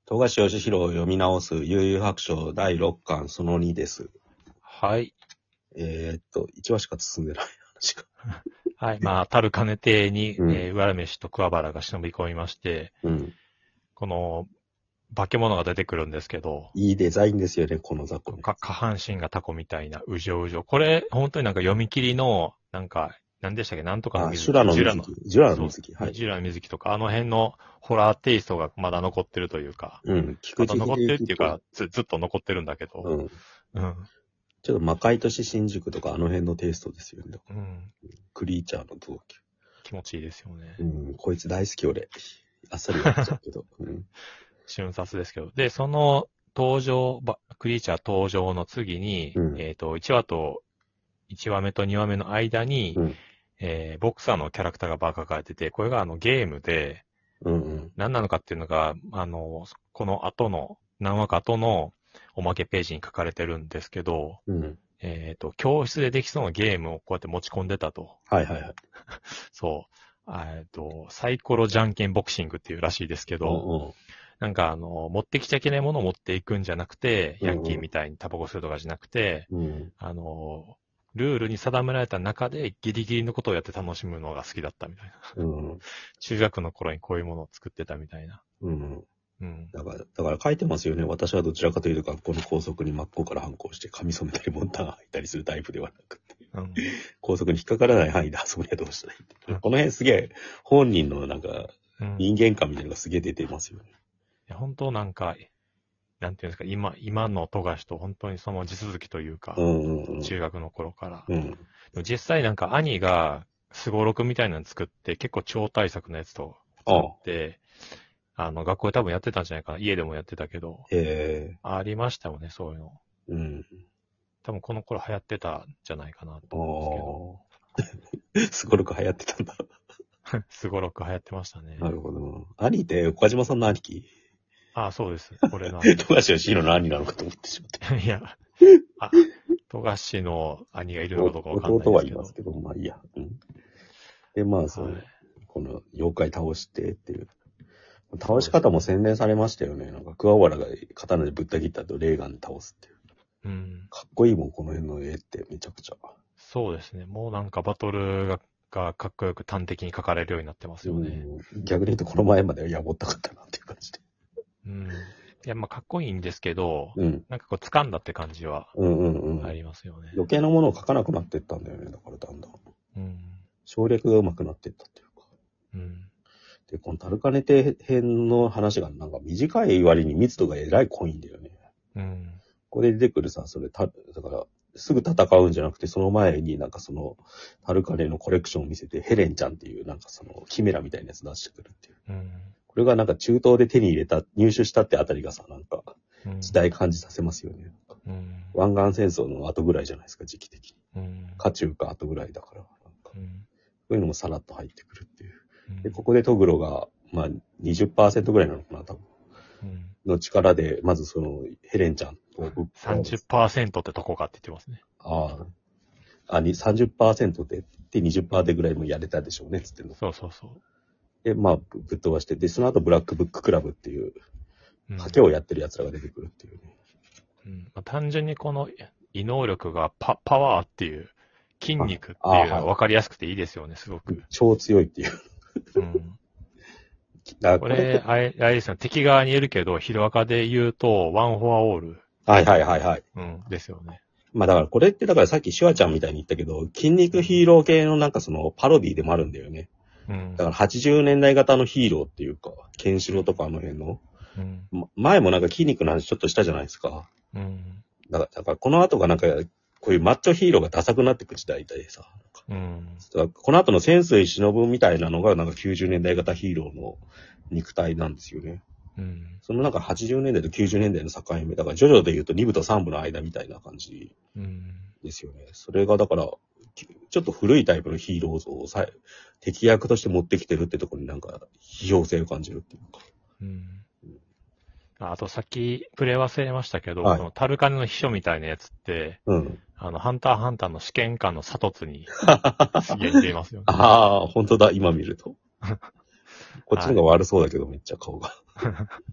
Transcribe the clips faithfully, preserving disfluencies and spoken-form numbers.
富樫義弘を読み直す悠々白書だいろっかんそのにです。 はい。 えー、っと、いちわしか進んでない話が。 はい。まあ、タルカネ邸に、 うん、 えー、浦飯と桑原が忍び込みまして、 うん。 この、化け物が出てくるんですけど、 いいデザインですよね、この雑魚ね。 か下半身がタコみたいな、うじょうじょ。これ、本当になんか読み切りの、なんか、何でしたっけ、なんとかのあ、 水木、 修羅のジュラの、 水木。ジュラのそう、 水木。はい。 ジュラの水木とか、あの辺のホラーテイストがまだ残ってるというか、 うん。菊まだ池残ってるっ秀幸っぽい。 ていうか、ず、ずっと残ってるんだけど、 うん。 うん。 ちょっと魔界都市新宿とかあの辺のテイストですよね。 うん。 クリーチャーの同級。 気持ちいいですよね。 うん。こいつ大好き俺。あっさりやっちゃうけど。うん。 瞬殺ですけど。で、その登場、ばクリーチャー登場の次に、 うん。 えっ、と、いちわと、いちわめとにわめの間に、 うん。 えーボクサーのキャラクターがば書かれてて、これがあのゲームで、 うん。うん。 何なのかっていうのが、あの、この後の、何話か後のおまけページに書かれてるんですけど、 うん。 えっ、と、教室でできそうなゲームをこうやって持ち込んでたと。 はいはいはい。 そう。えっ、と、サイコロじゃんけんボクシングっていうらしいですけうんど、 うん。 なんかあの、持ってきちゃいけないものを持っていくんじゃなくて、ヤンキーうんみたいにタバコ吸うとかじゃなくて、 うん。うん。 あの、ルールに定められた中でギリギリのことをやって楽しむのが好きだったみたいな。 うん。 中学の頃にこういうものを作ってたみたいな。 うん。 うん。 だから、だから書いてますよね。私はどちらかというと学校の校則に真っ向から反抗して髪染めたりモンターが入ったりするタイプではなくて、 うん。 校則に引っかからない範囲で遊ぶにはどうしたらいいって、 うんこの辺すげえ本人のなんかうん。 人間観みたいなのがすげえ出てますよね。 いや本当なんか、なんていうんですか、今、今の富樫と本当にその地続きといううか、 んうんうん。 中学の頃から。 うん。 でも実際なんか兄がスゴロクみたいなの作って結構超大作のやつと作って、あの、学校で多分やってたんじゃないかな。家でもやってたけど、 へえ。 ありましたよね、そういうの。 うん。 多分この頃流行ってたんじゃないかなと思うんですけど、 ああ。すごろく流行ってたんだ。 スゴロク流行ってましたね。 なるほど。兄って岡島さんの兄貴？ ああ、そうです。俺の兄富樫義弘の兄なのかと思ってしまって。 です。いや、あ、富樫の兄がいるのかどうかわかんない弟はですけど。 いますけど、まあいいや。うん、で、まあ、その、 はい。 この妖怪倒してっていう。倒しそうですね。 方も洗練されましたよね。なんか、桑原が刀でぶった切った後、レーガンで倒すっていう。 うん。 かっこいいもん、この辺の絵ってめちゃくちゃ。 そうですね。もうなんかバトルが、がかっこよく端的に書かれるようになってますよね。 うん、逆に言うと、この前まではやぼったかったなっていう感じで。 うん。いや、まあかっこいいんですけど、 うん。 なんかこう掴んだって感じはうんうんうん。 ありますよね。 余計なものを書かなくなってったんだよね。だからだんだん。 うん。 省略が上手くなってったっていうか。 うん。 で、このタルカネテ編の話がなんか短い割に密度がえらい濃いんだよね。 うん。 ここで出てくるさ、それ、た、だから、すぐ戦うんじゃなくて、その前になんかその、タルカネのコレクションを見せて、ヘレンちゃんっていうなんかその、キメラみたいなやつ出してくるっていう。 うん。 これがなんか中東で手に入れた、入手したってあたりがさ、なんか、 うん。 時代感じさせますよね。 うん。 湾岸戦争の後ぐらいじゃないですか、時期的に。 うん。 夏中か後ぐらいだから。なんかうん。 そういうのもさらっと入ってくるっていう。 うんで、ここでトグロが、まあ、にじゅっパーセントぐらいなのかな、多分。 うんの力で、まずその、ヘレンちゃんをぶっさんじゅっパーセントってとこかって言ってますね。 ああ、あ、にさんじゅっパーセントで、でにじゅっパーセントでぐらいもやれたでしょうね、つってんの。 そうそうそう。 で、まあ、ぶぶっ飛ばして、で、その後ブラックブッククラブっていう、 うん賭けをやってる奴らが出てくるっていうね。 うんまあ、単純にこの異能力がパパワーっていう筋肉っていうのがああはい分かりやすくていいですよね、すごく。 超強いっていう。 うん、 だからこれこれ、あれ、あれですよ、敵側にいるけど、ヒロアカで言うと、ワンフォアオール。 はいはいはいはい。 うん、ですよね。 まあだからこれってだからさっきシュワちゃんみたいに言ったけど、筋肉ヒーロー系のなんかそのパロディでもあるんだよね。 うんだ。からはちじゅうねんだい型のヒーローっていうか、ケンシロウとかあの辺の。 うん。 ま前もなんか筋肉の話ちょっとしたじゃないですか。 うん。 だから、だからこの後がなんか、こういうマッチョヒーローがダサくなってく時代でさ。 うん。 だからこの後の潜水忍みたいなのがなんかきゅうじゅうねんだい型ヒーローの肉体なんですよね。 うん。 そのなんかはちじゅうねんだいときゅうじゅうねんだいの境目。だからジョジョで言うとに部とさん部の間みたいな感じうん。 ですよね。それがだから、ちょっと古いタイプのヒーロー像をさ敵役として持ってきてるってところになんか批評性を感じるっていうか。 うんああとさっきプレイ忘れましたけど、 はいこのタルカネの秘書みたいなやつって、 うん。 あの、ハンターハンターの試験官のサトツにすげえ似ていますよね。 ああ、本当だ、今見ると。こっちの方が悪そうだけど、めっちゃ顔が。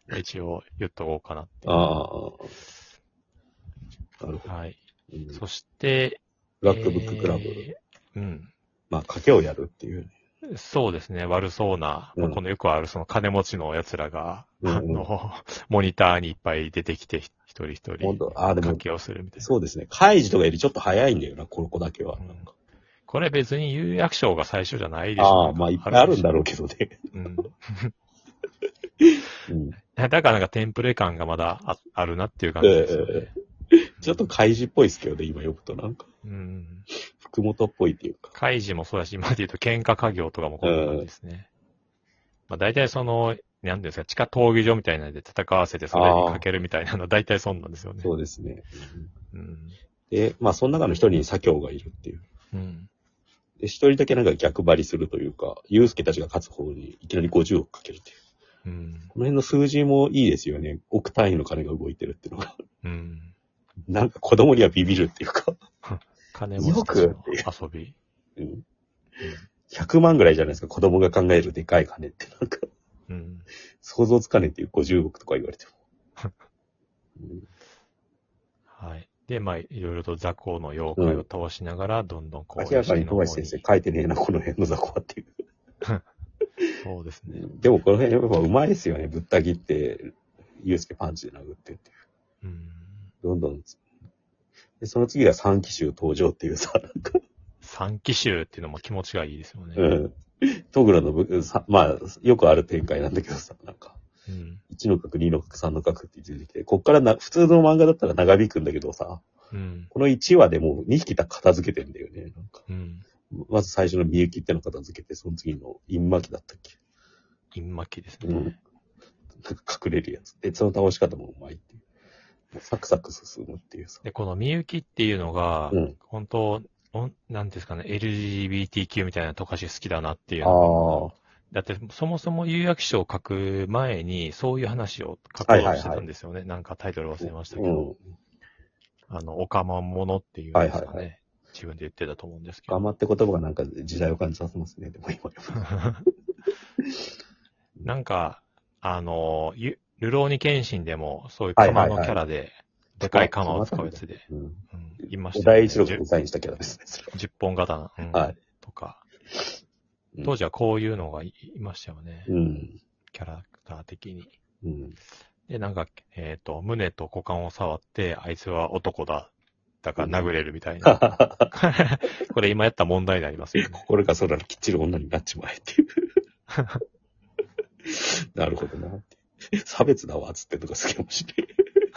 一応言っとこうかなっていう。 ああ。なるほど。 はい。 うん、 そして、 ブラックブッククラブ。 えー、うん。 まあ、賭けをやるっていう。 そうですね。悪そうな、 うん、 まあ、このよくあるその金持ちの奴らが、 うんうん、 あの、モニターにいっぱい出てきて、一人一人、 本当ああ、でも、 賭けをするみたいな。 そうですね。カイジとかよりちょっと早いんだよな、ここだけは。 うんなんかこれ別に有役所が最初じゃないでしょ。 ああ、 なんかまあ、いっぱいあるんだろうけけどね。 ど。うん。 うん。 だからなんかテンプレ感がまだ あ, あるなっていう感じですよね。 えーちょっとカイジっぽいですけどね、今読むとなんか。 うん。 福本っぽいっていうか。 開示もそうだし、今で言うと喧嘩家業とかもこんな感じですね。まあ大体その、なんていうんですか、地下闘技場みたいなので戦わせてそれにかけるみたいなの大体そうなんですよね。 そうですね。 うん。 で、まあ、その中の一人に左京がいるっていう。 うん。 で、一人だけなんか逆張りするというか、ユウスケたちが勝つ方にいきなりごじゅうおくかけるっていう。 うん。 この辺の数字もいいですよね。億単位の金が動いてるっていうのが。 うん。 なんか子供にはビビるっていうか。 金持ちたちの遊び。 うん。ひゃくまんぐらいじゃないですか、子供が考えるでかい金って。なんか、 うん。 想像つかねえっていうごじゅうおくとか言われても。うんはい。で、まあ、いろいろと雑魚の妖怪を倒しながら、どんどんこう、 明らかに富樫先生書いてねえな、この辺の雑魚はっていう。 そうですね。 でもこの辺やっぱうまいですよね。ぶった切って、ユウスケパンチで殴ってっていう。 うん。 どんどん。で、その次が三奇襲登場っていうさ、なんか。 三奇襲っていうのも気持ちがいいですよね。 うん。トグロのぶ、さまあ、よくある展開なんだけどさ、なんか。 うん。 いちの角、にの角、さんの角って出てきて、こっからな、普通の漫画だったら長引くんだけどさ、 うん。 このいちわでもうにひき片付けてんだよね、なんか。 うん。 まず最初のみゆきっての片付けて、その次のインマキだったっけ。 インマキですね。 うん。なんか隠れるやつ。で、その倒し方もうまいっていう。もうサクサク進むっていうさ。 で、このみゆきっていうのが、 うん。 本当おんなんですかね、エルジービーティーキュー みたいなとかし好きだなっていうのが、だってそもそも有役所を書く前に、そういう話を書こうとしてたんですよね。なんかタイトル忘れましたけど、 うん。 あの、おかまものっていうんですかね。 はいはいは自分で言ってたと思うんですけど。 頑張って言葉がなんか時代を感じさせますね、でも今。 なんか、あの、ゆルローニケンシンでも、そういう釜のキャラで、でかい釜を使うやつで、 うん。 うん、いましたよね。 第一郎がデザインしたキャラですね、それじゅっぽん刀、うんはいとか。 うん当時はこういうのがいいましたよね。 うん。 キャラクター的に。 うん。 で、なんか、えっ、と、胸と股間を触って、あいつは男だ。だから殴れるみたいな。これ今やった問題になりますよね。 心が空のきっちり女になっちまえっていう。なるほどなって。差別だわ、つってとかすげえ面白い。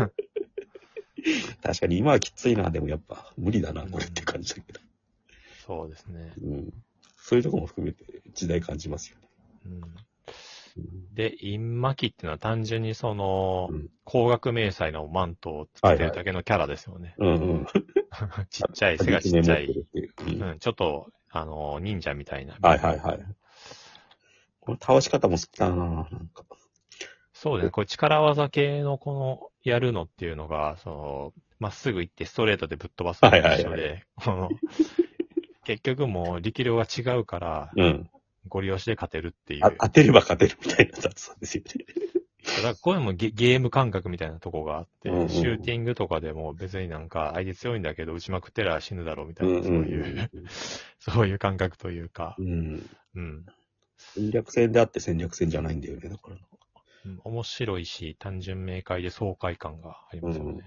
確かに今はきついな、でもやっぱ無理だな、これって感じだけど。 そうですね。 うん。そういうとこも含めて時代感じますよね。 うんで、陰魔期っていうのは単純にその、 うん、 高額迷彩のマントをつけてるだけのキャラですよね。 はいはい、うんうん。 ちっちゃい、背がちっちゃい。 うん、 うん、ちょっと、あの、忍者みたいな。 はいはいはい。この倒し方も好きだななんか。 そうですね。これ力技系のこの、やるのっていうのが、その、まっすぐ行ってストレートでぶっ飛ばすのと一緒で、この、結局もう力量が違うから、 うん。 ゴリ押しで勝てるっていう。 当てれば勝てるみたいなやつなんですよね。 だからこういうのもゲゲーム感覚みたいなとこがあって、 うんうんうん、 シューティングとかでも別になんか相手強いんだけど打ちまくってら死ぬだろうみたいな、そういう、うんうんうん、そういう感覚というか、 うん。 うん。 戦略戦であって戦略戦じゃないんだよね、だから。 うん、面白いし、単純明快で爽快感がありますよね。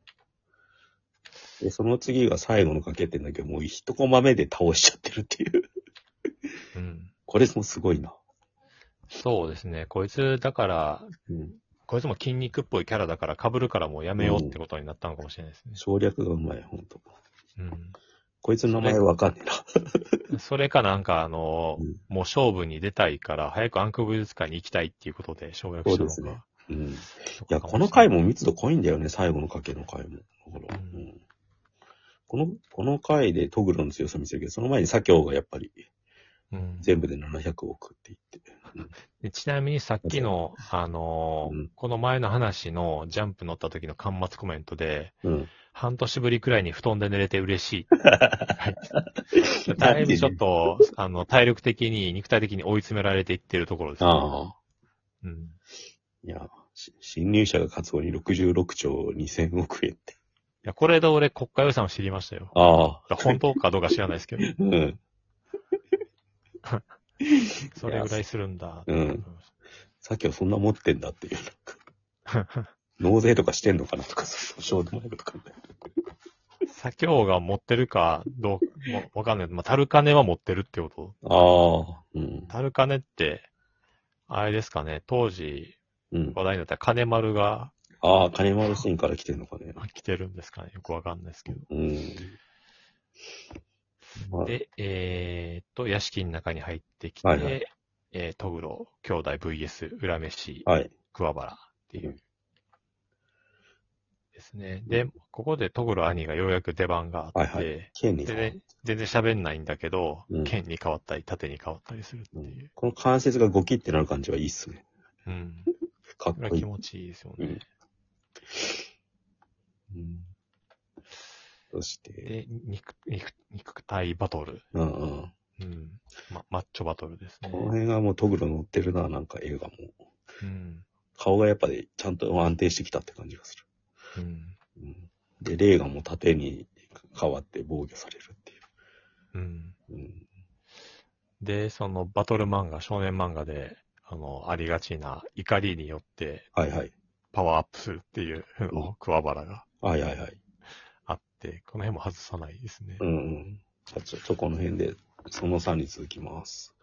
うん、で、その次が最後の賭けってんだけど、もう一コマ目で倒しちゃってるっていう。 うん。 これもすごいな。 そうですね。こいつ、だから、 うん、こいつも筋肉っぽいキャラだから被るからもうやめようってことになったのかもしれないですね。 うん、省略がうまい、ほんと。 うん。 こいつの名前わかんねえな。それかなんかあの、うん、もう勝負に出たいから、早く暗黒美術館に行きたいっていうことで省略したのか。そうですね。 うん。いや、この回も密度濃いんだよね、最後の賭けの回も。ほら、うんうん、この、この回でトグロの強さ見せるけど、その前に左京がやっぱり、うん、全部でななひゃくおくって言って。 うん、でちなみにさっきの、あのーうん、この前の話のジャンプ乗った時の端末コメントで、うん、半年ぶりくらいに布団で寝れて嬉しい。はい、だいぶちょっと、あの、体力的に、肉体的に追い詰められていってるところですね。ああ。 うん。いや、 新入社が活動にろくじゅうろくちょうにせんおくえんって。いや、これで俺国家予算を知りましたよ。 ああ。 本当かどうか知らないですけど。 うん。 それぐらいするんだ。 うん。さっきはそんな持ってんだっていう。納税とかしてんのかなとか、そう、しょうもないこと考える。 左京が持ってるかどう、わわかんない。まあ、タルカネは持ってるってこと。 ああ、うん。 タルカネって、あれですかね、当時、話題になった金丸が、 うん、ああ、金丸シーンから来てるのかね。 来てるんですかね。よくわかんないですけど。 うん。 まあ、で、えー、っと、屋敷の中に入ってきて、はいはい、えー、トグロ兄弟 ブイエス 裏飯、はい、桑原っていう。ですね。で、ここでトグロ兄がようやく出番があって、はいはい、剣にで、ね、全然喋んないんだけど、うん、剣に変わったり、盾に変わったりするっていう。うん、 この関節がゴキってなる感じはいいっすね。 うん。 かっこいい。 気持ちいいですよね。 うん。うん、そして。 で、肉、肉、肉体バトル。 うんうん。 うん。ま、マッチョバトルですね。 この辺がもうトグロ乗ってるな、なんか映画も。 うん。 顔がやっぱりちゃんと安定してきたって感じがする。うん。うん、で、レーガンも盾に変わって防御されるっていう。 うん。うん、で、そのバトル漫画、少年漫画で、あの、ありがちな怒りによって、 はいはい。 パワーアップするっていうの、うん、桑原が。 はいはいはい。 あって、この辺も外さないですね。 うんうん。じゃあちょっとこの辺で、そのさんに続きます。